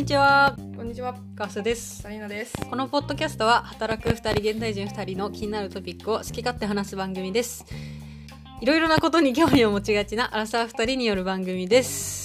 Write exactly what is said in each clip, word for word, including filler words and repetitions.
にちは。 こんにちは。 ガスです。 サリーナです。 このポッドキャストは働くふたり現代人ふたりの気になるトピックを好き勝手話す番組です。いろいろなことに興味を持ちがちなアラサーふたりによる番組です。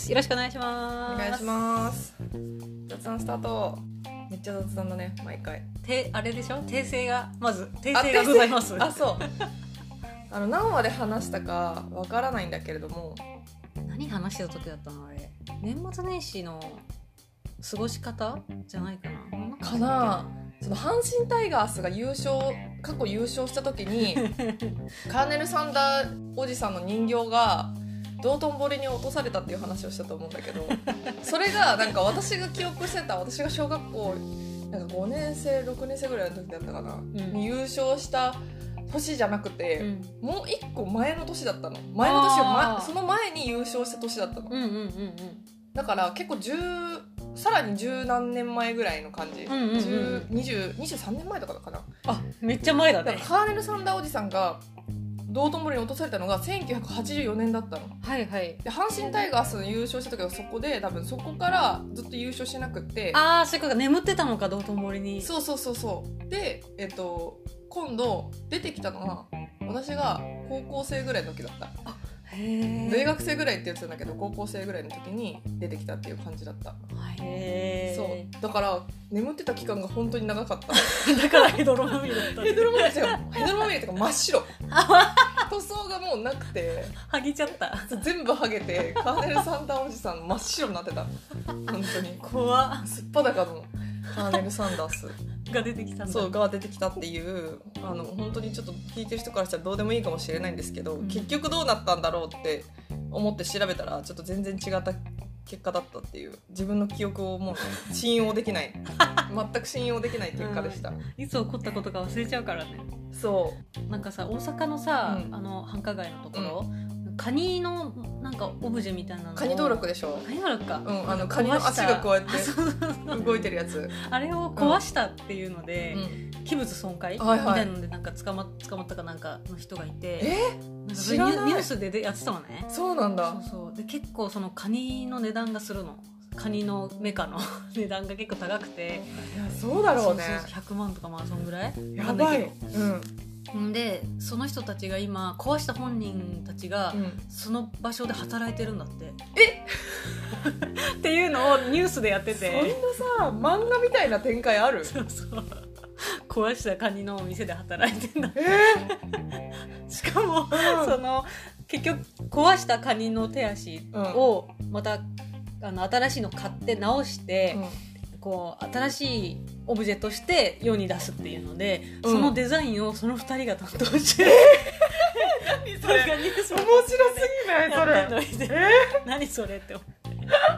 よろしくお願いします。 お願いします。雑談スタート。めっちゃ雑談だね、毎回。 てあれでしょ、訂正がまず訂正がございます。 あ、そうあの何話で話したかわからないんだけれども、 何話してた時だったのあれ。年末年始の過ごし方じゃないかなかな。その阪神タイガースが優勝過去優勝した時にカーネル・サンダーおじさんの人形が道頓堀に落とされたっていう話をしたと思うんだけど、それがなんか私が記憶してた、私が小学校なんかごねん生ろくねん生ぐらいの時だったかな、うん、に優勝した年じゃなくて、うん、もう一個前の年だったの。前の年を、ま、その前に優勝した年だったの、うんうんうんうん、だから結構じゅうさらに十何年前ぐらいの感じ、うんうんうん、にじゅう、にじゅうさんねんまえとかかな。 あ、めっちゃ前だね。 だからカーネル・サンダーおじさんが道頓堀に落とされたのがせんきゅうひゃくはちじゅうよねんだったの。はいはい。で阪神タイガースの優勝した時はそこで、多分そこからずっと優勝しなくって、 ああ、それか眠ってたのか道頓堀に。 そうそうそうそう。で、えっと今度出てきたのが私が高校生ぐらいの時だった。あ、へえ。大学生ぐらいって言ってたんだけど、高校生ぐらいの時に出てきたっていう感じだった。へえ。そうだから眠ってた期間が本当に長かった。 だからヘドロまみれだった。 ヘドロまみれってかヘドロまみれってか真っ白。塗装がもうなくて剥げちゃった。 全部剥げてカーネル・サンダーおじさん真っ白になってた。本当に怖っ。 すっぱだかのカーネル・サンダースが出てきたんだ。 そうが出てきたっていう、あの本当にちょっと聞いてる人からしたらどうでもいいかもしれないんですけど、うん、結局どうなったんだろうって思って調べたらちょっと全然違った結果だったっていう、自分の記憶をもう信用できない全く信用できない結果でした、うん、 いつ起こったことか忘れちゃうからね。 そうなんかさ、大阪のさ、うん、あの繁華街のところ、うん、カニのなんかオブジェみたいなの、 カニ道楽でしょ。 カニ道楽か、 うん、あのカニの足がこうやって動いてるやつあれを壊したっていうので、うん、器物損壊みたいなのでなんか捕ま、捕まったかなんかの人がいて、 えなんか知らない。ニュースでやってたのね。 そうなんだ。 そうそう。で結構そのカニの値段がするの。カニのメカの値段が結構高くて、 いやそうだろうね。 そうそう、ひゃくまんとかまあそんぐらいやばい。 うん、でその人たちが今壊した本人たちが、うん、その場所で働いてるんだって。 えっていうのをニュースでやってて、 そんなさ漫画みたいな展開ある？ そうそう、壊したカニのお店で働いてんだって、えー、しかも、うん、その結局壊したカニの手足をまた、うん、あの新しいの買って直して、うん、こう新しいオブジェとして世に出すっていうので、うん、そのデザインをそのふたりが担当して、えー、何それ面白すぎないそれ、 えー、何それって思って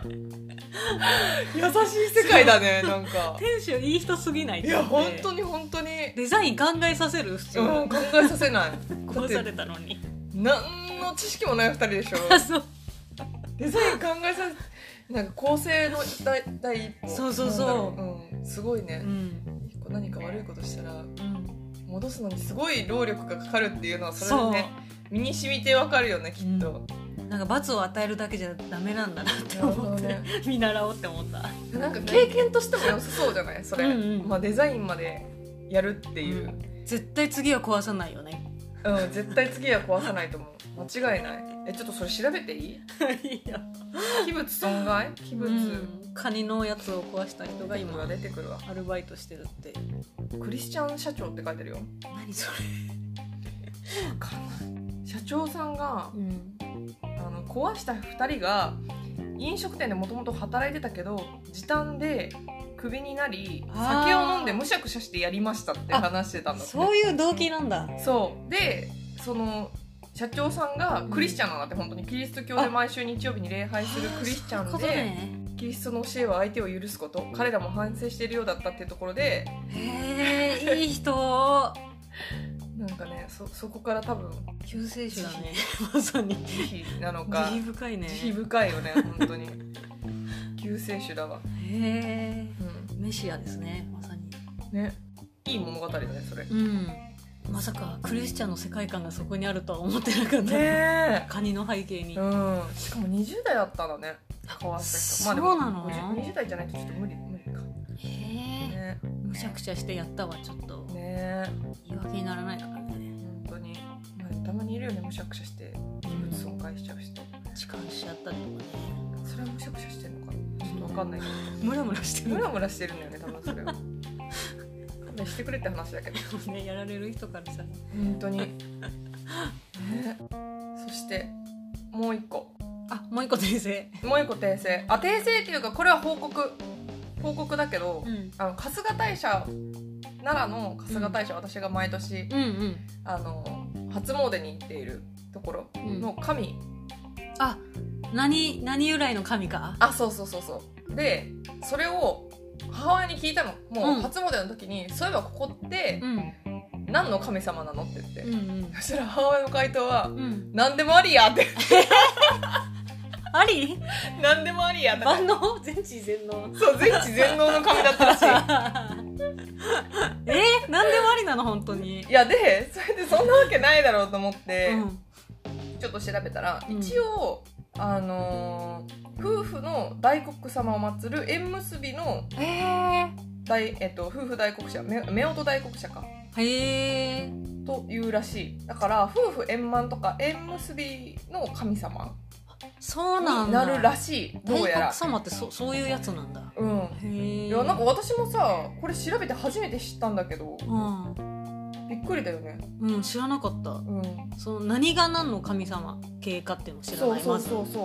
優しい世界だね。なんか店主いい人すぎない。 いや本当に本当にデザイン考えさせる普通、 うん、考えさせない壊されたのに何の知識もないふたりでしょそうデザイン考えさせなんか構成の第一歩。 そうそうそう、 うん、すごいね、うん、一個何か悪いことしたら、うん、戻すのにすごい労力がかかるっていうのはそれでね身に染みてわかるよねきっと、 うん、なんか罰を与えるだけじゃダメなんだなって思って、ね、見習おうって思った。 なんか経験としても良さそうじゃないそれ、うんうん、まあ、デザインまでやるっていう、うん、 絶対次は壊さないよね。 うん、絶対次は壊さないと思う。間違いない。え、ちょっとそれ調べていい？ いいよ。 器物損害？器物、うん、 カニのやつを壊した人が今出てくるわ。 アルバイトしてるって。 クリスチャン社長って書いてるよ。 何それ？わかんない。社長さんが、うん、あの壊したふたりが飲食店でもともと働いてたけど時短でクビになり酒を飲んでむしゃくしゃしてやりましたって話してたんだって。 そういう動機なんだ。 そうで、その社長さんがクリスチャンなんだって、うん、本当にキリスト教で毎週日曜日に礼拝するクリスチャンで、ね、キリストの教えは相手を許すこと、彼らも反省しているようだったっていうところで、 へーいい人なんかね、 そ, そこから多分救世主だねまさに慈悲なのか、 慈悲深いね。 慈悲深いよね本当に救世主だわ。 へえ、うん、メシアですねまさにね。いい物語だねそれ、 うん、まさかクリスチャンの世界観がそこにあるとは思ってなかった、 ね、 カニの背景に、 うん、しかもにじゅう代だったんだね。 壊した人。 そうなの？ まあでもにじゅう代じゃないとちょっと無理無理か。 へえ、ね、むしゃくしゃしてやったわちょっとね、言い訳にならないからね本当に、まあ、たまにいるよね、むしゃくしゃして器物損壊しちゃう人、 痴漢しちゃったりとかね。 それはむしゃくしゃしてんのかな、ちょっと分かんないけどムラムラしてるムラムラしてるんだよね多分それはしてくれって話だけどね、やられる人からさ本当にね。そしてもう一個、 あ、もう一個訂正もう一個訂正、あ、訂正っていうかこれは報告報告だけど、うん、あの春日大社、奈良の春日大社、うん、私が毎年、うんうん、あの初詣に行っているところの神、うん、 あ、何何由来の神か、 あ、そうそうそうそうで、それを母親に聞いたの、もう初詣の時に、うん、そういえばここって、うん、何の神様なのって言って、うんうん、そしたら母親の回答は、うん、何でもありやってあり？ 何でもありや。 万能？全知全能。 そう、全知全能の神だったらしい。 えー、何でもありなの本当に？ いや、でそれでそんなわけないだろうと思って、うん、ちょっと調べたら、うん、一応あのー、夫婦の大黒様を祀る縁結びの、えー大えっと、夫婦大黒社、め夫婦大黒社か。へーというらしい。だから夫婦円満とか縁結びの神様。 そうなんだ。 なるらしい。どうやら。 大黒様って そ, そういうやつなんだ。 うん。へえ。いや、なんか私もさ、これ調べて初めて知ったんだけど、うん、びっくりだよね。 うん、知らなかった。うん。その何が何の神様系かっていうのを知らない。そうそうそうそう。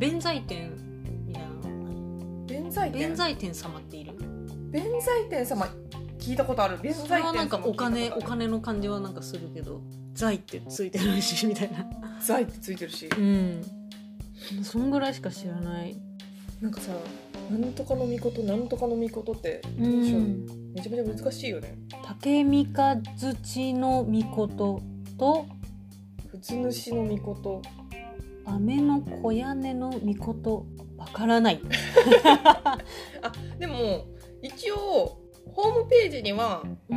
弁財天みたいなの。弁財天。弁財天様っている？ 弁財天様聞いたことある。弁財天様。それはなんかお金お金の感じはなんかするけど、財ってついてるしみたいな。 財ってついてるし。 うん。そんぐらいしか知らない。 なんかさ、なんとかのみことなんとかのみことってどうしよう、うん、めちゃめちゃ難しいよね。 竹三日月のみこととふつ主のみこと、 雨の小屋根のみことわからない。 あ、でも一応ホームページには、うん、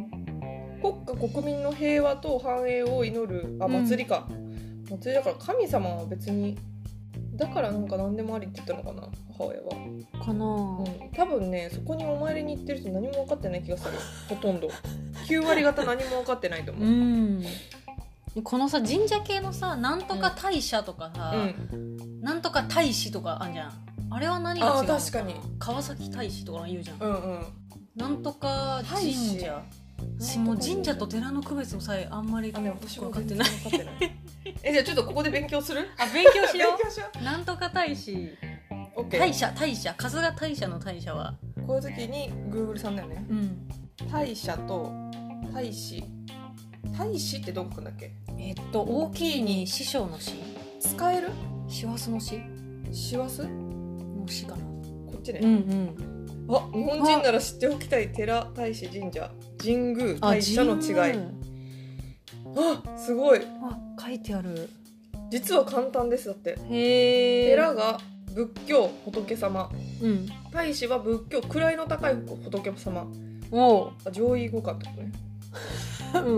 国家国民の平和と繁栄を祈る、あ、祭りか、うん、祭りだから神様は別にだからなんか何でもありって言ったのかな、母親は。 かな、 うん、多分ね、そこにお参りに行ってる人何も分かってない気がする。ほとんどきゅう割方何も分かってないと思う。うん、 このさ神社系のさ、なんとか大社とかさ、うん、なんとか大使とかあんじゃん。あれは何が違うのかな。あ、確かに川崎大使とか言うじゃん、うんうん、なんとか神社、私も神社と寺の区別をさえあんまり分かってない。 え、じゃあちょっとここで勉強する？ あ、勉強しよう。勉強しよう。なんとか大使、okay、大社大社春日大社の大社はこういう時に Google さんだよね、うん、大社と大使、大使ってどこくんだっけ？ えっと大きいに師匠の師、 使える？ 師走の師、 師走の師かな、 こっちね。うんうん。あ、日本人なら知っておきたい寺、大使、神社、神宮、大社の違い。あ、すごい。 あ、書いてある。 実は簡単ですだって。へー。寺が仏教仏様、うん、大使は仏教位の高い仏様。おあ、上位互換ってことね。うん。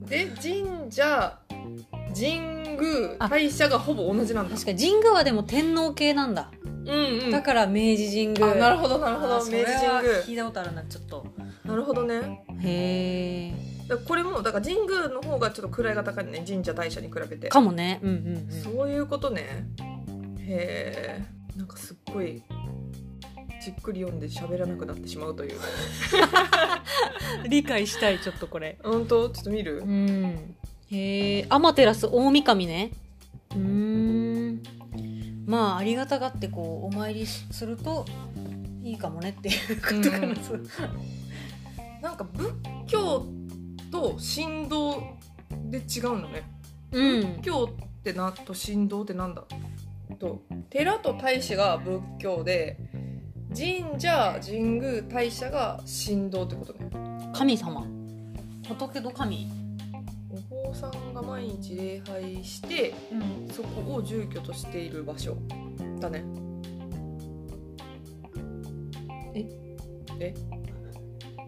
で神社、神宮、大社がほぼ同じなんだ。 確かに神宮はでも天皇系なんだ。うんうん。だから明治神宮。 あ、なるほどなるほど。明治神宮。 聞いたことあるな、ちょっと。 なるほどね。へー。だこれもだから神宮の方がちょっと位が高いね、神社大社に比べて。 かもね。うんうんうん。 そういうことね。へー。なんかすっごいじっくり読んで喋らなくなってしまうという。 理解したい、ちょっとこれ。 本当？ちょっと見る？うん。 へー。天照大神ね。うーん。まあありがたがってこうお参りするといいかもねっていうことかな。うん、 なんか仏教と神道で違うのね、うん、仏教ってなと神道ってなんだと、寺と大社が仏教で神社神宮大社が神道ってことね。 神様、仏の神、 お坊さんが毎日礼拝して、うん、そこを住居としている場所だね。ええ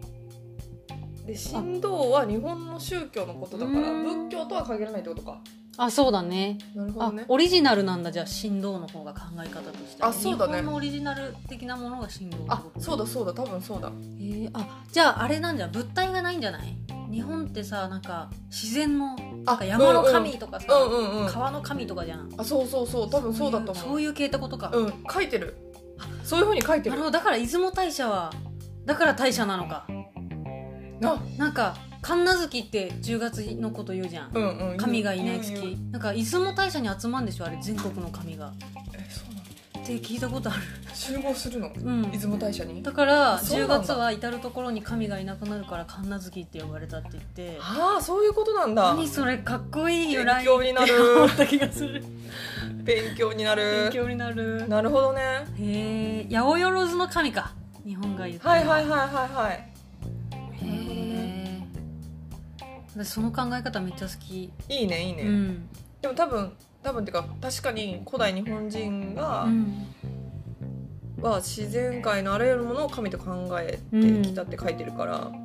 で神道は日本の宗教のことだから仏教とは限らないってことか。 あ、そうだね。 なるほどね。 あ、オリジナルなんだ。じゃあ振動の方が考え方として。 あ、そうだね。 日本のオリジナル的なものが振動。 あ、そうだそうだ、多分そうだ。 えー、あ、じゃああれなんじゃ、物体がないんじゃない？日本ってさ、なんか自然のなんか山の神とかさ、うんうんうん、川の神とかじゃん。 あ、そうそうそう、多分そうだと思う。 そういう系ってことか。 うん、書いてる。そういう風に書いてる。 なるほど。だから出雲大社はだから大社なのか。な、なんか神無月ってじゅうがつのこと言うじゃん、うんうん、神がいない月、なんか出雲大社に集まるんでしょあれ、全国の神が。え、そうなのって聞いたことある。 集合するの、うん、出雲大社に。 だからじゅうがつは至る所に神がいなくなるから神無月って呼ばれたって言って。 ああ、そういうことなんだ。 何それ、かっこいい由来勉強になる思った気がする。 勉強になる。 勉強になる。 なるほどね。 へえ、八百万の神か、日本が言ってる。 はいはいはいはいはい。 へえ、私その考え方めっちゃ好き。 いいねいいね、うん、でも多分多分っていうか確かに古代日本人が、うん、は自然界のあらゆるものを神と考えてきたって書いてるから、うん、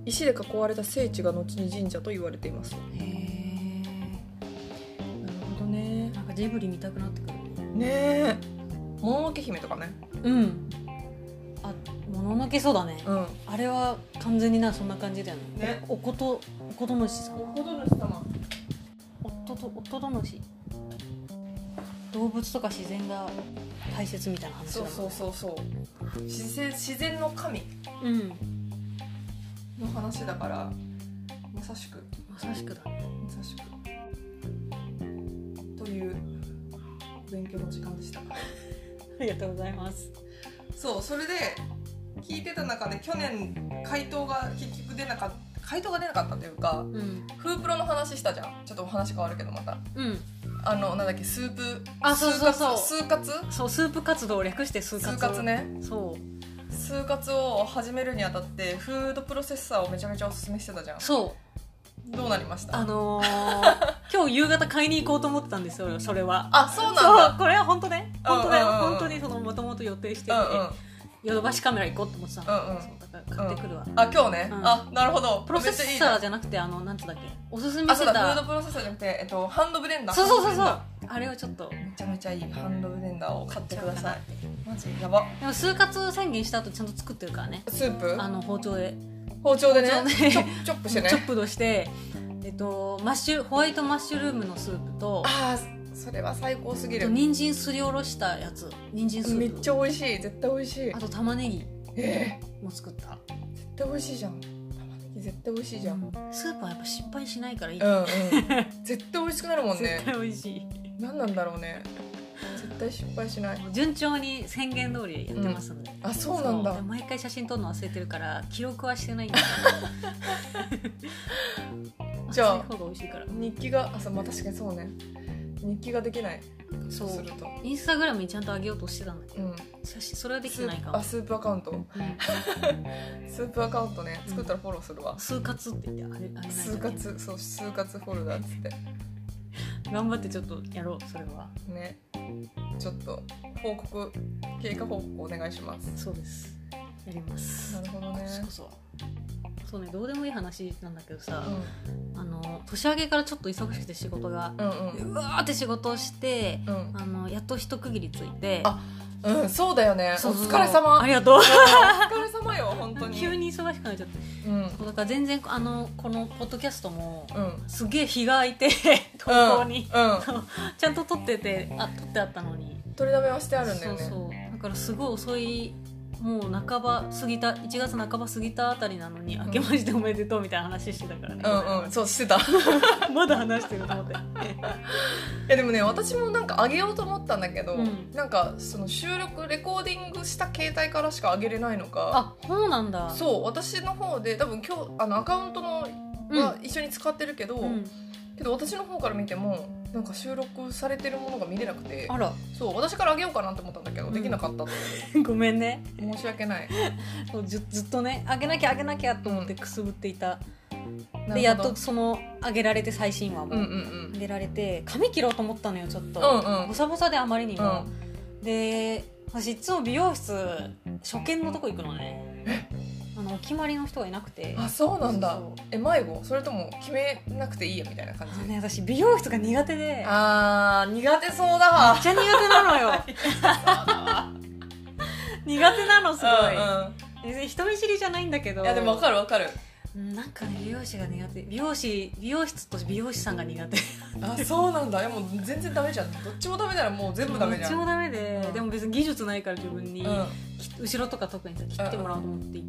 石で囲われた聖地が後に神社と言われています。へえ、なるほどね。 なんかジブリ見たくなってくるねえ。もののけ姫とかね。 うん、あ、もののけそうだね、うん、あれは完全にな、そんな感じだよ ね, ね。おこと、おこと主さん、 おこと主様、 夫と夫と主、動物とか自然が大切みたいな話だもんね。 そうそうそうそう、自然、自然の神の話だから、うん、まさしくまさしくだね、 まさしくという勉強の時間でした。ありがとうございます。 そう、それで聞いてた中で去年回答が結局出なかった回答が出なかったというか、うん、フープロの話したじゃん。ちょっとお話変わるけどまた、うん、あのなんだっけ、スープ、 あ、そうそうそう、 スー活、 そうスープ活動を略してスー活、 スー活ね。 そう、 スー活を始めるにあたってフードプロセッサーをめちゃめちゃおすすめしてたじゃん。 そう、 どうなりました？ あのー、今日夕方買いに行こうと思ってたんですよ、それは。 あ、そうなんだ。 そう、これは本当ね、本当だよ、うんうんうん、本当にそのもともと予定してて、うんうん、ヨドバシカメラ行こうと思ってたの、うんうん、そうだから買ってくるわ、うん、 あ、今日ね、うん、あ、なるほど。 プロセッサーじゃなくて、あの、なんつうんだっけ、おすすめしてた、 あ、そうだ、フードプロセッサーじゃなくて、えっと、ハンドブレンダー。 そうそうそうそう、あれをちょっとめちゃめちゃいいハンドブレンダーを買ってください。マジやば。 でもスーカツ宣言した後ちゃんと作ってるからね、 スープ、 あの包丁で包丁でね、チョップしてね、 チョップとして、えっと、マッシュホワイトマッシュルームのスープと、 あー、それは最高すぎる。 人参すりおろしたやつ、人参スープめっちゃ美味しい、絶対美味しい。 あと玉ねぎえも作った、 絶対美味しいじゃん。玉ねぎ絶対美味しいじゃん、うん、 スープはやっぱ失敗しないからいい、 うんうん、絶対美味しくなるもんね。 絶対美味しい。 何なんだろうね、絶対失敗しない。 順調に宣言通りやってますので、 うん、あ、そうなんだ。 毎回写真撮るの忘れてるから記録はしてないんだじゃあ熱い方が美味しいから日記が、あ、そう、まあ、確かにそうね、日記ができない。 そうするとインスタグラムにちゃんと上げようとしてたんだけど、うん、写真それはできてないかも。 あ、スープアカウント、うん、スープアカウントね、作ったらフォローするわ、うん、 スーカツって言ってあげあげないと、ね、 スーカツ、そう、スーカツフォルダーっつって頑張ってちょっとやろう、それはね。ちょっと報告、経過報告お願いします。 そうです、やります。 なるほどね。 そうそうそうね、どうでもいい話なんだけどさ、うん、あの年明けからちょっと忙しくて仕事が、うんうん、うわーって仕事をして、うん、あのやっと一区切りついて、 あ、うん、そうだよね。そうそうそう、お疲れ様。 ありがとう。 お疲れ様よ、本当に。 急に忙しくなっちゃって、うん、そうだから全然あのこのポッドキャストも、うん、すげえ日が空いて投稿に、うんうん、ちゃんと撮ってて、あ、撮ってあったのに取りだめはしてあるんだよね。 そうそう、だからすごい遅い、もう半ば過ぎた、いちがつなかば過ぎたあたりなのに、うん、明けましておめでとうみたいな話してたからね。 うんうん、そうしてた。 まだ話してると思って。いやでもね、私もなんか上げようと思ったんだけど、うん、なんかその収録レコーディングした携帯からしか上げれないのか。 あ、そうなんだ。 そう、私の方で多分今日あのアカウントのは一緒に使ってるけど、うん、けど私の方から見てもなんか収録されてるものが見れなくて、 あら、 そう、私からあげようかなって思ったんだけど、うん、できなかったって。 ごめんね、 申し訳ない。 ず, ずっとね、あげなきゃあげなきゃと思ってくすぶっていた、うん、でやっとそのあげられて、最新話もあげられて、髪切ろうと思ったのよ、ちょっと、うんうん、ボサボサであまりにも、うん、で私いつも美容室初見のとこ行くのね、あの決まりの人がいなくて。 あ、そうなんだ。 そうそうえ、迷子？それとも決めなくていいやみたいな感じ？ あのね、私美容室が苦手で。 あー、苦手そうだわ。 めっちゃ苦手なのよ。苦手なのすごい、 うんうん、 別に人見知りじゃないんだけど。 いやでも分かる分かる。 なんかね、美容師が苦手。美容師美容室と美容師さんが苦手。 あ、そうなんだ。いやもう全然ダメじゃん。どっちもダメならもう全部ダメじゃん。 どっちもダメで、 うん、 でも別に技術ないから自分に、うん、後ろとか特にさ切ってもらおうと思って行って、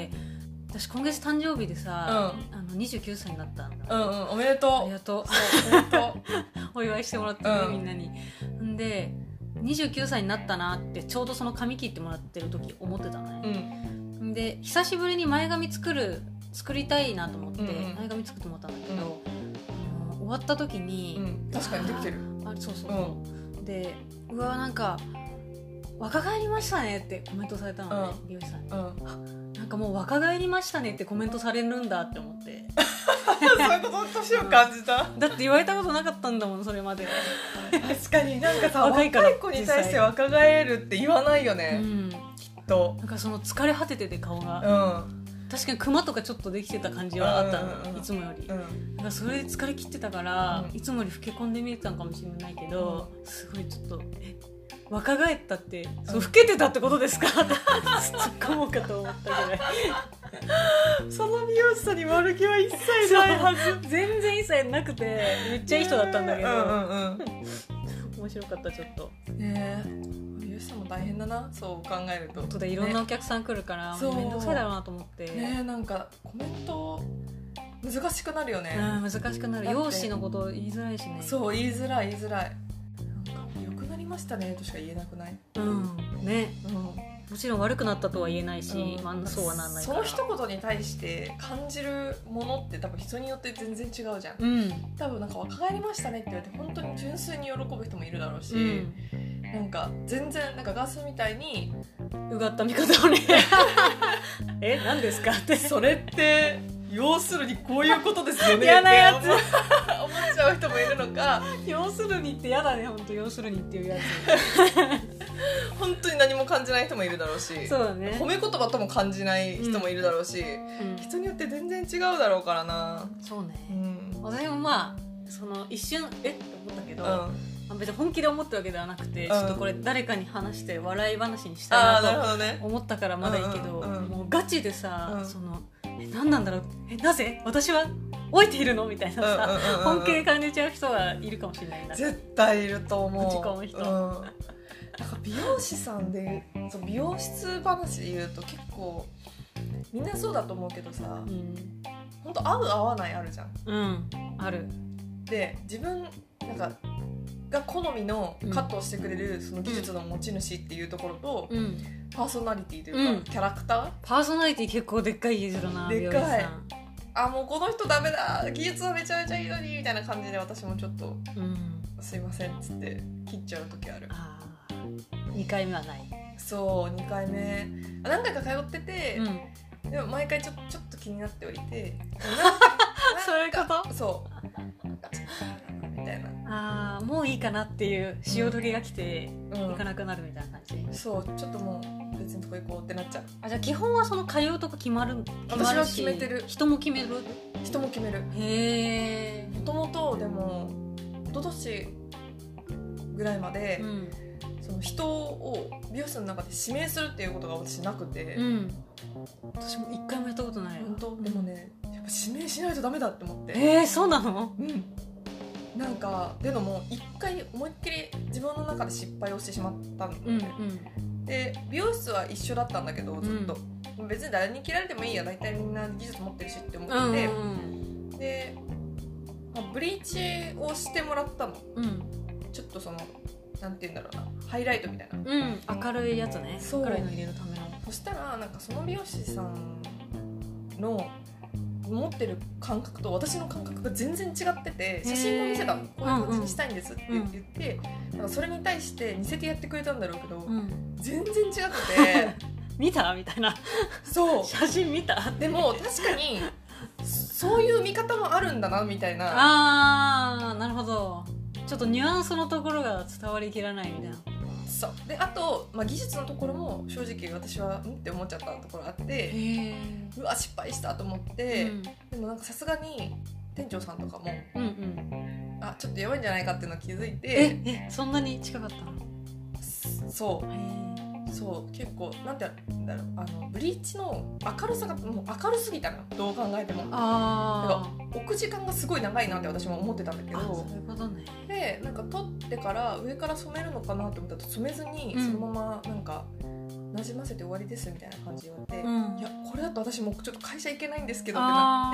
うん、私今月誕生日でさ、うん、あのにじゅうきゅうさいになったんだ。 うんうん、おめでとう。ありがとう。 おめでとう。 お祝いしてもらってね、うん、みんなに。んでにじゅうきゅうさいになったなってちょうどその髪切ってもらってる時思ってたのね、うん、で久しぶりに前髪作る作りたいなと思って、うんうん、前髪作ってもらったんだけど、うん、あの終わった時に、 うん、確かにできてる。 あれそうそうそう、うん、でうわなんか若返りましたねってコメントされたのね、うん、美容師さんに、うん、なんかもう若返りましたねってコメントされるんだって思ってそういうこと年を感じた、 うん、だって言われたことなかったんだもんそれまで。 確かになんかさ若い子に対して若返るって言わないよね、うん、きっと。 なんかその疲れ果ててて顔が、うん、確かにクマとかちょっとできてた感じはあったの、うんうんうん、いつもより、うん、なんかそれで疲れ切ってたから、うん、いつもより老け込んで見えてたのかもしれないけど、うん、すごいちょっとえ若返ったって、うん、そう老けてたってことですかって突っ込もうかと思ったぐらいその美容師さんに悪気は一切ないはず。 全然一切なくてめっちゃいい人だったんだけど、うんうんうん、面白かったちょっと。 ねえ、美容師さんも大変だな、そう考えると。 本当だ、いろんなお客さん来るから、ね、面倒くさいだろうなと思って。 ねえ、なんかコメント難しくなるよね。 うん、難しくなる。容姿のこと言いづらいしね。 そう、言いづらい言いづらい。なんか良くなりましたねとしか言えなくない？ うんね、うん、もちろん悪くなったとは言えないし、うん、まあ、そうはなんないから。 その一言に対して感じるものって多分人によって全然違うじゃん、うん、多分なんか若返りましたねって言われて本当に純粋に喜ぶ人もいるだろうし、うん、なんか全然なんかガスみたいにうがった見方をねえ、何ですかってそれって要するにこういうことですよね嫌なやつ思っちゃう人もいるのか。 要するにって嫌だね、本当要するにっていうやつ本当に何も感じない人もいるだろうし、 そうだね、 褒め言葉とも感じない人もいるだろうし、うん、人によって全然違うだろうからな。 そうね、うん、私もまあその一瞬えって思ったけど、うん、別に本気で思ったわけではなくて、うん、ちょっとこれ誰かに話して笑い話にしたいなと思ったからまだいいけど、うんうんうん、もうガチでさ、うん、そのえ何なんだろう、えなぜ私は老いているのみたいなさ、うんうんうんうん、本気で感じちゃう人がいるかもしれないな。 絶対いると思う。 口込む人、うん、 なんか美容師さんでそう美容室話で言うと結構みんなそうだと思うけどさ、うん、ほんと合う合わないあるじゃん。 うん、ある。 で自分なんかが好みのカットをしてくれるその技術の持ち主っていうところと、うん、パーソナリティというか、うん、キャラクターパーソナリティ結構でっかい技術だな。 でっかい。あ、もうこの人ダメだ、技術はめちゃめちゃいいのにみたいな感じで私もちょっと、うん、すいませんっつって切っちゃう時ある。 あにかいめはない。 そうにかいめ何回か通ってて、うん、でも毎回ちょ、ちょっと気になっておいてそういうことそうみたいな、 あもういいかなっていう潮時が来て、うん、行かなくなるみたいな感じ。 そうちょっともう別のとこ行こうってなっちゃう。 あ、じゃあ基本はその通うとこ決まる決まるし、 私は決めてる。 人も決める人も決める。 へえ。 もともとでも一昨年ぐらいまで、うん、その人を美容室の中で指名するっていうことが私なくて、うん、 私も一回もやったことない。 本当、うん、でもねやっぱ指名しないとダメだって思って。 えー、そうなの？ うん。なんかでも一回思いっきり自分の中で失敗をしてしまったんだよね、うんうん、で美容室は一緒だったんだけどずっと、うん、別に誰に切られてもいいや、大体みんな技術持ってるしって思ってて、うんうん、で、まあ、ブリーチをしてもらったの、うん、ちょっとそのなんて言うんだろうな、ハイライトみたいな、 うん、明るいやつね。明るいの入れるための。 そしたらなんかその美容師さんの持ってる感覚と私の感覚が全然違ってて、写真も見せたの、こういう感じにしたいんですって言って、うんうん、なんかそれに対して似せてやってくれたんだろうけど、うん、全然違くて見たみたいな。 そう写真見た。 でも確かにそういう見方もあるんだなみたいな。 あー、なるほど。ちょっとニュアンスのところが伝わりきらないみたいな。 そうであと、まあ、技術のところも正直私はんって思っちゃったところあってうわ失敗したと思って、うん、でもなんかさすがに店長さんとかも、うんうん、あちょっとやばいんじゃないかっていうのを気づいてええそんなに近かったのそうそう結構なんて言うんだろうあのブリーチの明るさがもう明るすぎたのどう考えてもあなんか置く時間がすごい長いなって私も思ってたんだけどそういうことねでなんか取ってから上から染めるのかなと思ったら染めずにそのままなんか、うん、なじませて終わりですみたいな感じで言われて、うん、いやこれだと私もうちょっと会社行けないんですけどってな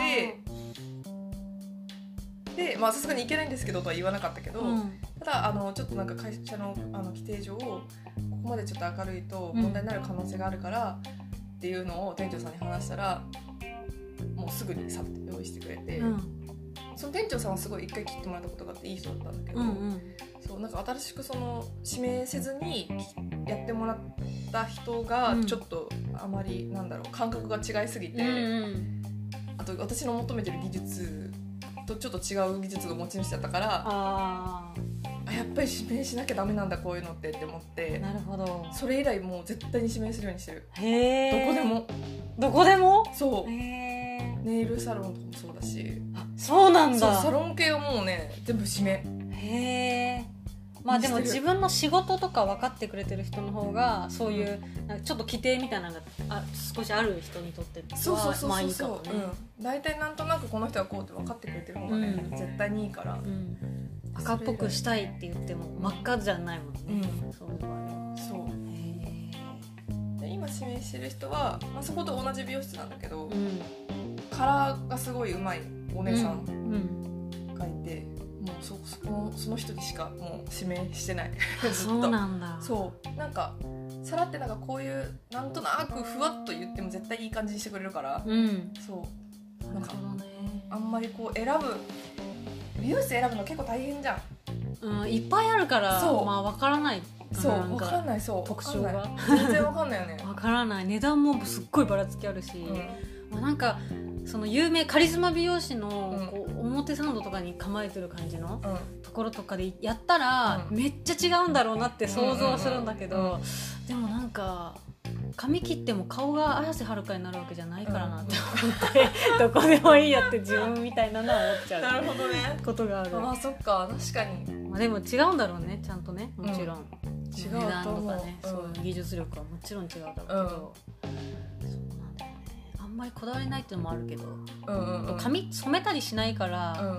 ってでまあさすがに行けないんですけどとは言わなかったけど、うん、ただあのちょっとなんか会社のあの規定上ここまでちょっと明るいと問題になる可能性があるから、うん、っていうのを店長さんに話したらもうすぐにさって用意してくれて、うん、その店長さんはすごい一回切ってもらったことがあっていい人だったんだけど、うんうん、そうなんか新しくその指名せずにやってもらった人がちょっとあまりなんだろう感覚が違いすぎて、うんうん、あと私の求めてる技術とちょっと違う技術の持ち主だったからああやっぱり指名しなきゃダメなんだこういうのってって思ってなるほどそれ以来もう絶対に指名するようにしてるへどこでもどこでもそうへネイルサロンとかもそうだしあそうなんだそうサロン系はもうね全部指名へえまあでも自分の仕事とか分かってくれてる人の方がそういうなんかちょっと規定みたいなのがあ少しある人にとってはまあいいかもね大体なんとなくこの人はこうって分かってくれてる方がね、うん、絶対にいいから、うん、 赤っぽくしたいって言っても真っ赤じゃないもんね、うん、そういう場合はそうへで今指名してる人は、まあ、そこと同じ美容室なんだけど、うん、カラーがすごい上手いお姉さんがいて、うんうんもう そ, そ, のその人にしかもう指名してないずっとそうなんだそうなんかさらってなんかこういうなんとなくふわっと言っても絶対いい感じにしてくれるから、うん、そうなんかあんまりこう選ぶ美容室選ぶの結構大変じゃん、うん、いっぱいあるからそうまあ分からないそう分かんないそう特徴が全然分かんないよね分からない値段もすっごいばらつきあるし、うんまあ、なんかその有名カリスマ美容師のこう表参道とかに構えてる感じのところとかでやったらめっちゃ違うんだろうなって想像はするんだけどでもなんか髪切っても顔が綾瀬はるかになるわけじゃないからなって思ってどこでもいいやって自分みたいなのは思っちゃうなるほどねことがあるあそっか確かに、 まあ、でも違うんだろうねちゃんとねもちろん、うん、 違うと思う値段とかね、うん、そういう技術力はもちろん違うだろうけど、うんあんまりこだわりないっていうのもあるけど、うんうんうん、髪染めたりしないから、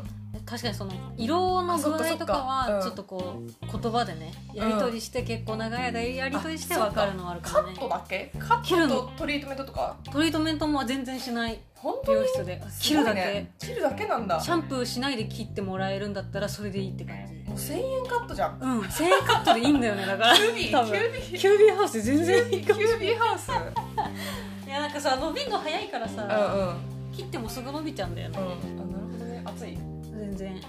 うん、確かにその色の具合とかはちょっとこう言葉でねやり取りして結構長い間やり取りして分かるのはあるからねカットだけカットとトリートメントとかトリートメントも全然しない美容室で切るだけ、ね、 切るだけなんだシャンプーしないで切ってもらえるんだったらそれでいいって感じもうせんえんカットじゃんうんせんえんカットでいいんだよねだからキュービーキュービーキュービーハウスで全然いいかもしれないキュービーハウスいやなんかさ伸びるの早いからさ、うんうん、切ってもすぐ伸びちゃうんだよね、うん、 あなるほどね熱い全然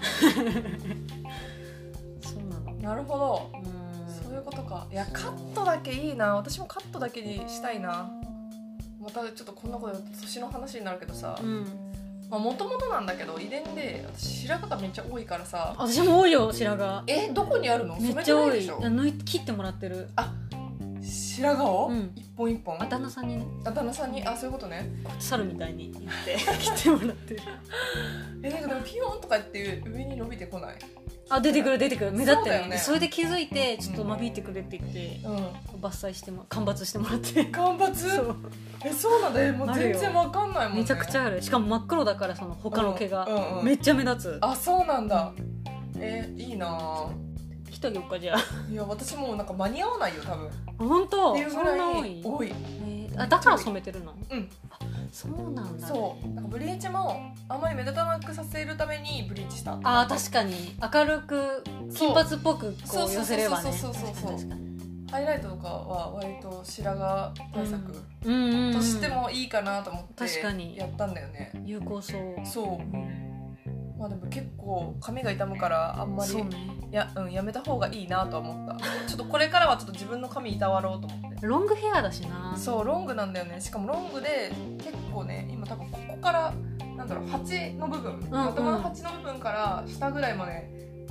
そうなのなるほどうんそういうことかいやカットだけいいな私もカットだけにしたいなまたちょっとこんなこと年の話になるけどさもともとなんだけど遺伝で私白髪がめっちゃ多いからさ私も多いよ白髪えどこにあるのめっちゃ多い抜いて切ってもらってるあ白髪を、うん、一本一本あ旦那さんにねあ旦那さんにあそういうことね猿みたいに言って切ってもらってるえなんかでもピヨーンとかって上に伸びてこないあ出てくる出てくる目立ってる そ,、ね、それで気づいてちょっと間引いてくれって言って、うん、伐採しても間伐してもらって間伐そうえそうなんだもう全然わかんないもんねめちゃくちゃあるしかも真っ黒だからその他の毛が、うんうんうん、めっちゃ目立つあそうなんだえいいな一人おっかじゃあいや私もうなんか間に合わないよ多分本当っていうぐらい多い多い、えー、あだから染めてるのうんあそうなんだ、ね、 そうなんかブリーチもあんまり目立たなくさせるためにブリーチしたあ確かに明るく金髪っぽくこう寄せればねそうそうそうそうハイライトとかは割と白髪対策としてもいいかなと思ってやったんだよね、 うんうんうん、有効そうそう、うんまあ、でも結構髪が傷むからあんまり、ねやうん、やめた方がいいなとは思ったちょっとこれからはちょっと自分の髪いたわろうと思ってロングヘアだしなそうロングなんだよねしかもロングで結構ね今多分ここからなんだろう鉢の部分、うんうん、頭の鉢の部分から下ぐらいまで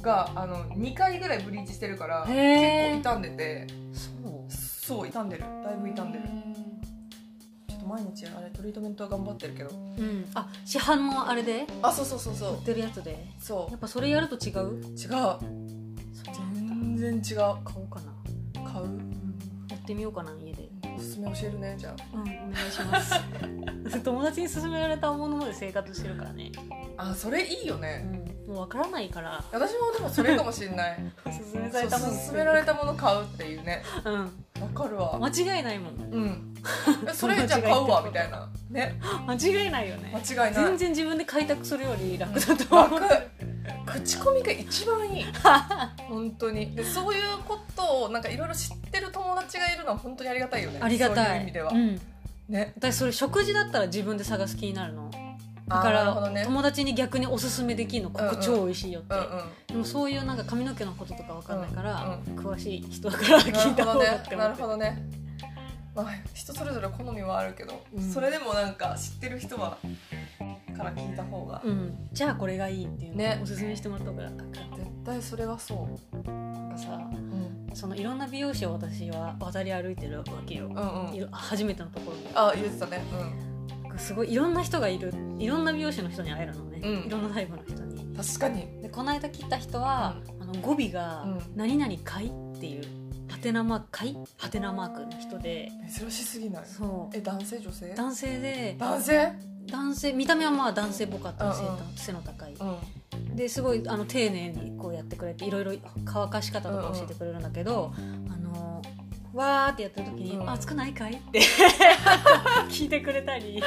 があのにかいぐらいブリーチしてるから結へー構傷んでて、 そうそう傷んでる、だいぶ傷んでる。ちょっと毎日あれトリートメントは頑張ってるけど、 うん、あ市販のあれであそうそうそうそう売ってるやつでそやっぱそれやると違う？ う違う、 そうなんだ。 全然違う。 買おうかな。 買う、 やってみようかな家で。 おすすめ教えるねじゃうんお願いします友達に勧められたもので生活してるからね。 あ。あそれいいよね、 うん、もう分からないから私もでもそれかもしれない勧められたもの勧められたもの買うっていうね、 うんわかるわ。 間違いないもん。 うんえそれじゃあ買うわみたいなね、 間違いないよね。 間違いない。 全然自分で開拓するより楽だと思う。 楽、口コミが一番いい本当に。でそういうことをなんかいろいろ知ってる友達がいるのは本当にありがたいよね。 ありがたい。 そういう意味では、 うん、 ね。 私それ食事だったら自分で探す気になるのだかあーなるら、 ほどね、 友達に逆におすすめできるの、ここ超美味しいよって、 うんうんでもそういうなんか髪の毛のこととかわかんないから、 うん詳しい人だから聞いた方がって思なってるほどね。まあ、人それぞれ好みはあるけど、 うんそれでもなんか知ってる人はから聞いた方が、 うん、じゃあこれがいいっていうのをねおすすめしてもらった方が楽。 絶対それはそうなんかさ、 うんそのいろんな美容師を私は渡り歩いてるわけよ、 うんうんいろ初めてのところにあ言ってたねすごいいろんな人がいる、いろんな美容師の人に会えるのね、 うんいろんなタイプの人に。 うん確かにでこの間切った人は、あの語尾がうん 「何々かい?」っていうハテナマークかいハテナマークの人で、 珍しすぎない？ そうえ男性女性？ 男性で、 男性？ 男性見た目はまあ男性っぽかったの、背うんうん背の高いうんですごいあの丁寧にこうやってくれていろいろ乾かし方とか教えてくれるんだけど、あのわーってやってる時に「 うんあ熱くないかい?」って聞いてくれたり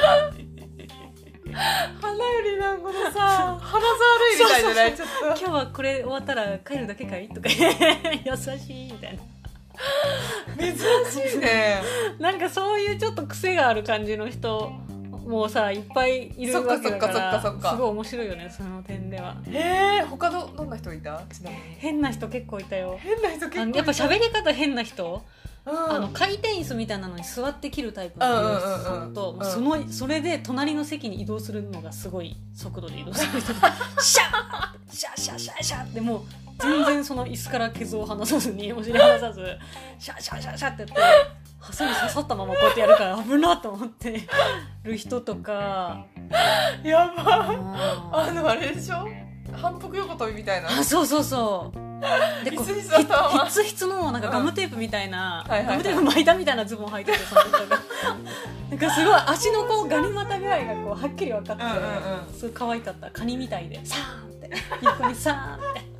花よりなんこのさ肌触りみたいじゃない？ちょっ 「今日はこれ終わったら帰るだけかい?」とか優しいみたいな。 と珍しいね。 なんかそういうちょっと癖がある感じの人もさいっぱいいるわけだかそっかそっかそっかそっからすごい面白いよね、その点では。 へえ他どどんな人いた？ちなみに変な人結構いたよ。 変な人結構いた。 あのやっぱ喋り方変な人、 うんあの回転椅子みたいなのに座って切るタイプの美容師さんと、 うんうんうんうんもうそのそれで隣の席に移動するのがすごい速度で移動する人でシャーシャーシャーシャーシャーってもう全然その椅子から毛を離さずにお尻離さずシャーシャーシャーシャーってやってハサミ刺さったままこうやってやるから危なと思ってる人とか。 やばああのあれでしょ、反復横跳びみたいな。 あそうそうそうでこう椅子に座ったままひっつひつのなんかガムテープみたいな、 うんはいはいはいガムテープ巻いたみたいなズボン履いててその人がなんかすごい足のこうガニ股ぐらいがこうはっきり分かって、 うんうんうんすごい可愛かった。カニみたいでサーンって横にサーンって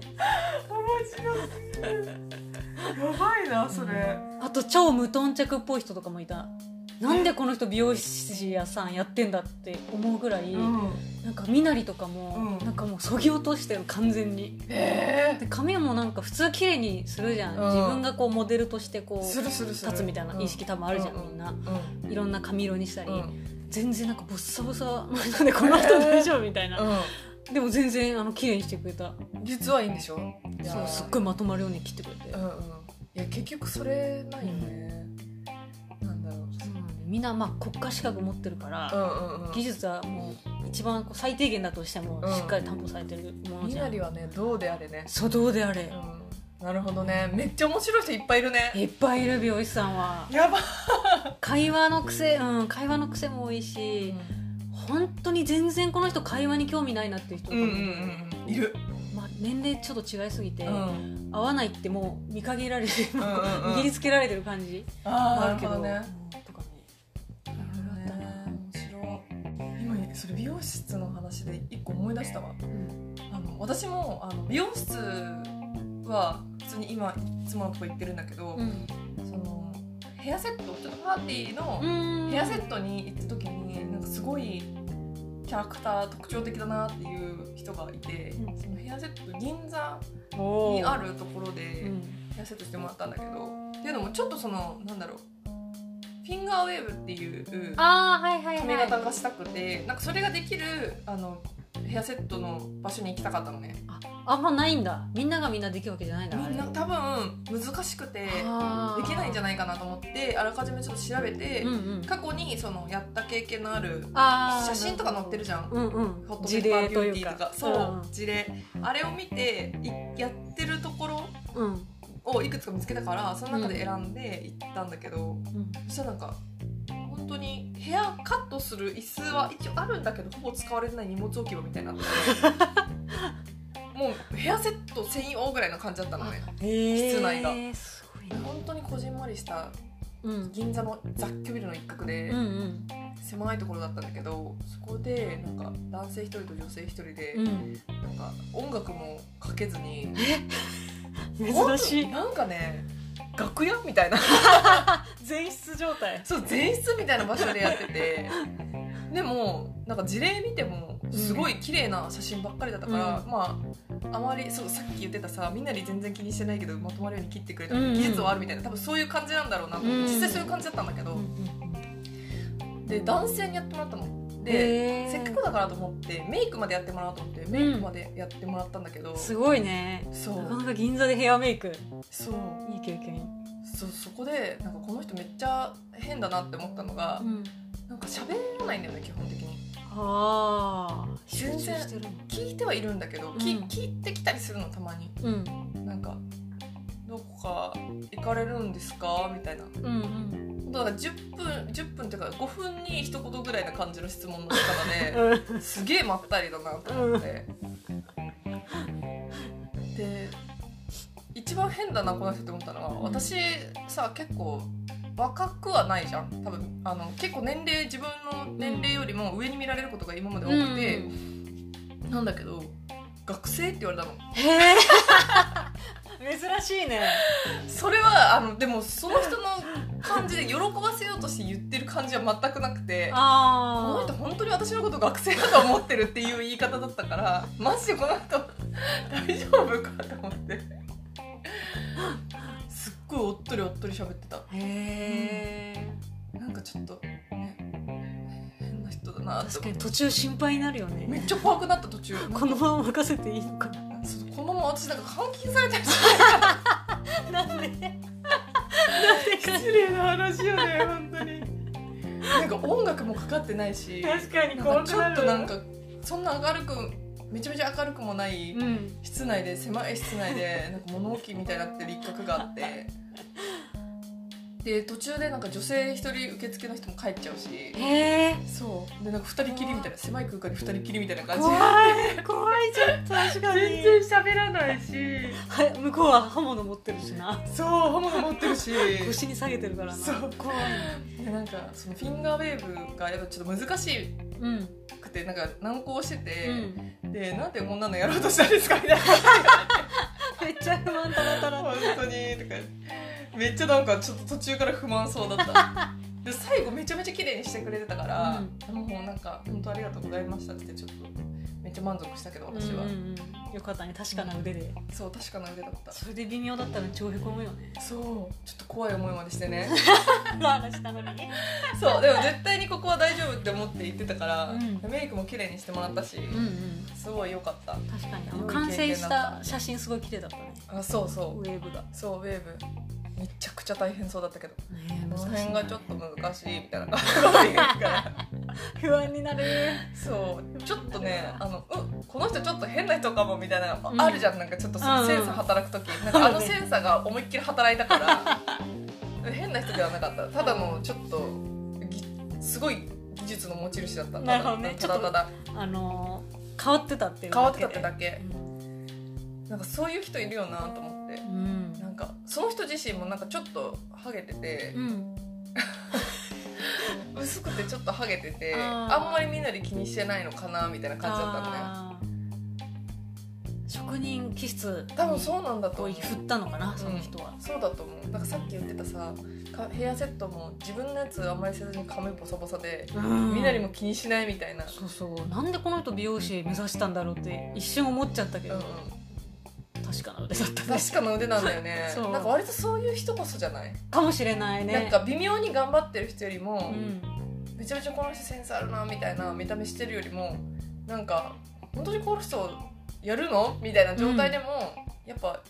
やばいなそれ。 あと超無頓着っぽい人とかもいた。なんでこの人美容師屋さんやってんだって思うぐらい、 うんなんか身なりとかも、 うんなんかもうそぎ落としてる完全に。 えで髪もなんか普通綺麗にするじゃん、 うん自分がこうモデルとしてこー、 うするするする立つみたいな意識多分あるじゃん、 うんみんなうんいろんな髪色にしたり、 うん全然なんかボッサボサの人でこの人大丈夫みたいな、 うでも全然あの綺麗にしてくれた。 ん実はいいんでしょ。いやそうすっごいまとまるように切ってくれて、 うんうん、いや結局それないよね、なんだろう。 そうなんでみんなまあ国家資格持ってるから、 うんうんうん、 技術はもう一番こう最低限だとしてもうんしっかり担保されてるものじゃん、 みなりはねどうであれね、 そうどうであれ、 うん、なるほどね。めっちゃ面白い人いっぱいいるね。 いっぱいいる美容師さんは。 やば、 会話の癖、うん、会話の癖も多いし、本当に全然この人会話に興味ないなっていう人とかもうんうんうんうん、いる、 まあ、年齢ちょっと違いすぎて、 うん合わないってもう見限られてうんうんうん握りつけられてる感じあーあるけどなるほどね。 うんとかねなるほどね、面白い。今それ美容室の話で一個思い出したわ。 うんあの私もあの美容室は普通に今いつものとこ行ってるんだけど、 うんそのヘアセットちょっとパーティーのうんヘアセットに行った時になんかすごいキャラクター特徴的だなっていう人がいて、 うんそのヘアセット銀座おーにあるところでうんヘアセットしてもらったんだけど、っていうのもちょっとそのなんだろうフィンガーウェーブっていうあーはいはい髪はい型がしたくて、なんかそれができるあのヘアセットの場所に行きたかったのね。 あんまないんだ。みんながみんなできるわけじゃないんだ。 みんなあれ多分難難しくてできないんじゃないかなと思ってあらかじめちょっと調べて、うんうん、過去にそのやった経験のある写真とか載ってるじゃん、うんうん、ホットペッパービューティーとかそう、うん、事例あれを見てやってるところをいくつか見つけたからその中で選んで行ったんだけど、うん、そしたらなんか本当に部屋カットする椅子は一応あるんだけどほぼ使われてない荷物置き場みたいになってもうヘアセット専用ぐらいな感じだったのね、室内がすごい本当にこじんまりした銀座の雑居ビルの一角で、うんうん、狭いところだったんだけどそこでなんか男性一人と女性一人で、うん、なんか音楽もかけずに珍しいなんかね楽屋みたいな前室状態そう前室みたいな場所でやっててでもなんか事例見てもすごい綺麗な写真ばっかりだったから、うん、まああまりそうさっき言ってたさみんなに全然気にしてないけどまとまるように切ってくれた技術はあるみたいな多分そういう感じなんだろうなと思って、うん、実際そういう感じだったんだけど、うん、で男性にやってもらったのでせっかくだからと思ってメイクまでやってもらおうと思ってメイクまでやってもらったんだけど、うん、 すごいねそうなかなか銀座でヘアメイクそういい経験そうそこでなんかこの人めっちゃ変だなって思ったのが、うん、なんか喋らないんだよね基本的にああ全然聞いてはいるんだけど、うん、聞いてきたりするのたまに、うん、なんかどこか行かれるんですかみたいな、うんうん、だからじゅっぷんじゅっぷんっていうかごふんに一言ぐらいな感じの質問の仕方で、すげえまったりだなと思って、うん、で一番変だなこの人って思ったのは、うん、私さ結構若くはないじゃん多分あの結構年齢自分の年齢よりも上に見られることが今まで多くて、うん、なんだけど学生って言われたのへー珍しいねそれはあのでもその人の感じで喜ばせようとして言ってる感じは全くなくてあこの人本当に私のこと学生だと思ってるっていう言い方だったからマジでこの人大丈夫かと思ってすっごいおっとりおっとり喋ってたへー、うん、なんかちょっとね変な人だなって確かに途中心配になるよねめっちゃ怖くなった途中このまま任せていいのかなこのまま私なんか監禁されたりしてなんでなんで失礼な話よね本当になんか音楽もかかってないし確かに怖くなるちょっとなんかそんな明るくめちゃめちゃ明るくもない室内で、狭い室内でなんか物置みたいになってる一角があってで途中でなんか女性一人受付の人も帰っちゃうしへーそうでなんか二人きりみたいな狭い空間に二人きりみたいな感じで怖い怖いちょっと確かに全然喋らないしは向こうは刃物持ってるしなそう刃物持ってるし腰に下げてるからなそう怖いでなんかそのフィンガーウェーブがやっぱちょっと難しいくて、うん、なんか難航してて、うん、でなんでこんなのやろうとしたんですかみたいなめっちゃ不満だなたら本当にとかめっちゃなんかちょっと途中から不満そうだったで最後めちゃめちゃ綺麗にしてくれてたから、うん、もうなんか本当ありがとうございましたってちょっとめっちゃ満足したけど私は、うんうんうん、よかったね確かな腕で、 うん、そう確かな腕だったそれで微妙だったら超へこむよねそうちょっと怖い思いまでしてね話したのにそうでも絶対にここは大丈夫って思って言ってたから、うん、メイクも綺麗にしてもらったし、うんうん、すごい良かった確かにあの完成した写真すごい綺麗だったねあそうそうウェーブがそうウェーブめちゃくちゃ大変そうだったけど、ね、この辺がちょっと難しいみたいな感じで不安になるそうちょっとねあのうこの人ちょっと変な人かもみたいなのあるじゃん、うん、なんかちょっとそのセンサー働く時、うん、なんかあのセンサーが思いっきり働いたから変な人ではなかったただのちょっとすごい技術の持ち主だったなるほどねただただあのー、変わってたっていう変わってたってだけ、うん、なんかそういう人いるよなと思って、うん、なんかその人自身もなんかちょっとハゲてて、うん、薄くてちょっとハゲてて あ, あんまりみんなで気にしてないのかなみたいな感じだったのね職人気質多分そうなんだと振ったのかなその人は、 うん、そうだと思うなんかさっき言ってたさヘアセットも自分のやつあんまりせずに髪ボサボサで、うん、みんなにも気にしないみたいなそうそうなんでこの人美容師目指したんだろうって一瞬思っちゃったけど、うん、確かな腕だったね確かな腕なんだよねなんか割とそういう人こそじゃないかもしれないねなんか微妙に頑張ってる人よりも、うん、めちゃめちゃこの人センスあるなみたいな見た目してるよりもなんか本当にこの人やるのみたいな状態でも、うん、やっぱ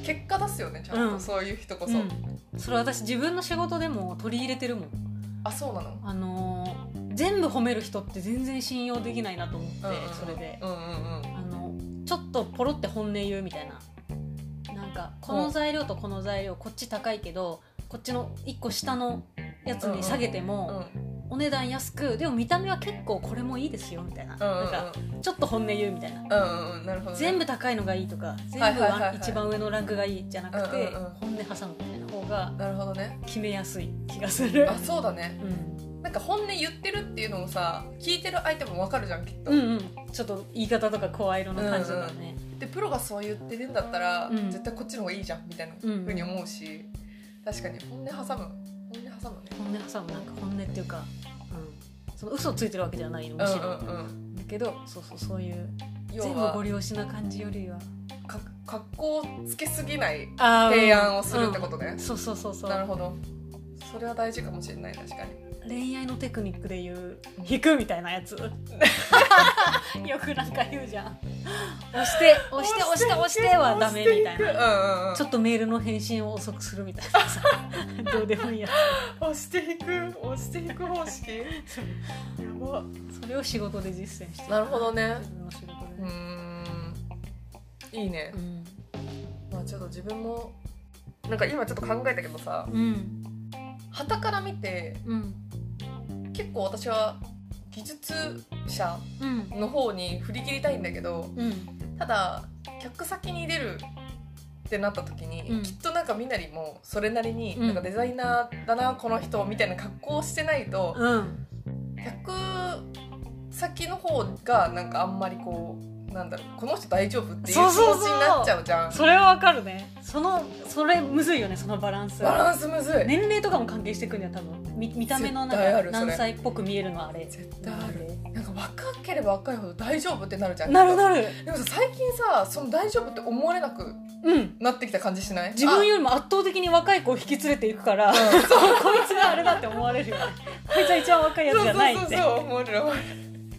結果出すよねちゃんと、うん、そういう人こそ、うん、 それ私自分の仕事でも取り入れてるもん。 あ、そうなの。 あのー、全部褒める人って全然信用できないなと思って、うんうんうん、それで、うんうんうん、あのちょっとポロって本音言うみたいな、なんかこの材料とこの材料こっち高いけどこっちのいっこ下のやつに下げても、うんうんうん、お値段安くでも見た目は結構これもいいですよみたいな、うんうんうん、なんかちょっと本音言うみたいな、うんうん、なるほどね、全部高いのがいいとか全部一番上のランクがいいじゃなくて、うんうんうん、本音挟むみたいな方がなるほどね、 決めやすい気がする。 あ、そうだね、うん、なんか本音言ってるっていうのもさ聞いてる相手も分かるじゃんきっと、 うんうん、ちょっと言い方とか声色の感じとかね、 うんうん、でプロがそう言ってるんだったら、うん、絶対こっちの方がいいじゃんみたいな風に思うし、うんうん、確かに本音挟む本音挟むね本音挟むなんか本音っていうか、うん、その嘘ついてるわけじゃないのむしろ、うんうんうん、だけどそうそうそういう全部ご利用しな感じよりはか格好つけすぎない提案をするってことね、 うんうん、そうそうそうそう、 なるほど、それは大事かもしれない。確かに恋愛のテクニックで言う引くみたいなやつよくなんか言うじゃん、押して押して押して押してはダメみたいな、うんうん、ちょっとメールの返信を遅くするみたいなさどうでもいいやつ押して引く押して引く方式やば、 それを仕事で実践してる。 なるほどね、 自分の仕事で、 うーん、いいね、うん、まあちょっと自分もなんか今ちょっと考えたけどさ、うん、傍から見て、うん、結構私は技術者の方に振り切りたいんだけど、うん、ただ客先に出るってなった時に、うん、きっとなんかみなりもそれなりに、うん、なんかデザイナーだなこの人みたいな格好をしてないと、うん、客先の方がなんかあんまりこうなんだろうこの人大丈夫っていう気持ちになっちゃうじゃん。 そうそうそう、それはわかるね。そのそれむずいよね、そのバランス。 バランスむずい。 年齢とかも関係してくるんだよ多分。見, 見た目のなんか何歳っぽく見えるのはあれ。 絶対ある。なんか若ければ若いほど大丈夫ってなるじゃん。 なるなる。 でもさ最近さその大丈夫って思われなくなってきた感じしない？ 自分よりも圧倒的に若い子を引き連れていくから、うん、そうこいつがあれだって思われるよね。こいつは一番若いやつじゃないって。 そうそうそうそう思われる思われる。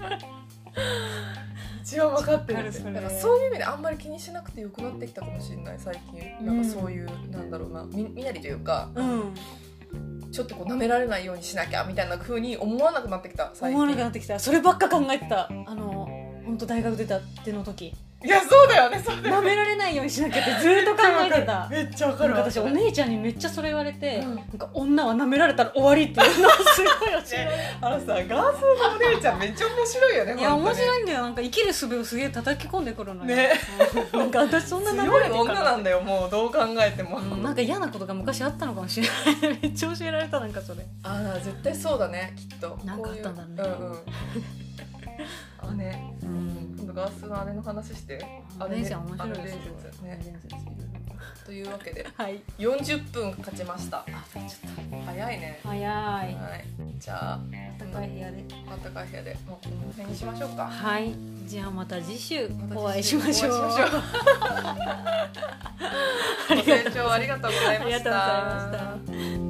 一番分かってるって。だからそういう意味であんまり気にしなくてよくなってきたかもしれない最近。なんかそういう、うん、なんだろうな み, みなりというか、うん、ちょっとこう舐められないようにしなきゃみたいな風に思わなくなってきた最近。 思わなくなってきた。そればっか考えてた。あの本当大学出たっての時。 いやそうだよねそうだよね。 舐められないようにしなきゃってずっと考えてた。 めっちゃ分かる。 私お姉ちゃんにめっちゃそれ言われて、うん、なんか女は舐められたら終わりっていうのをすごい教えられてあのさガースのお姉ちゃんめっちゃ面白いよね。 いや面白いんだよ。なんか生きる術をすげえ叩き込んでくるのよ、ね、なんか私そんな舐められてる強い女なんだよもうどう考えても、 うん、なんか嫌なことが昔あったのかもしれないめっちゃ教えられた。なんかそれあ絶対そうだねきっと。 なんかあったんだろうね。 うんうんあね、うん、今度ガースの姉の話して。 姉ちゃん面白いですよね。というわけで、 はい、 よんじゅっぷん経ちました。あ、 経っちゃった。 早いね。 早い。 はい。じゃあ暖かい部屋で。 暖かい部屋でもうこの辺にしましょうか。 はい。じゃあまた次週お会いしましょう。 ご清聴ありがとうございました。 ありがとうございました。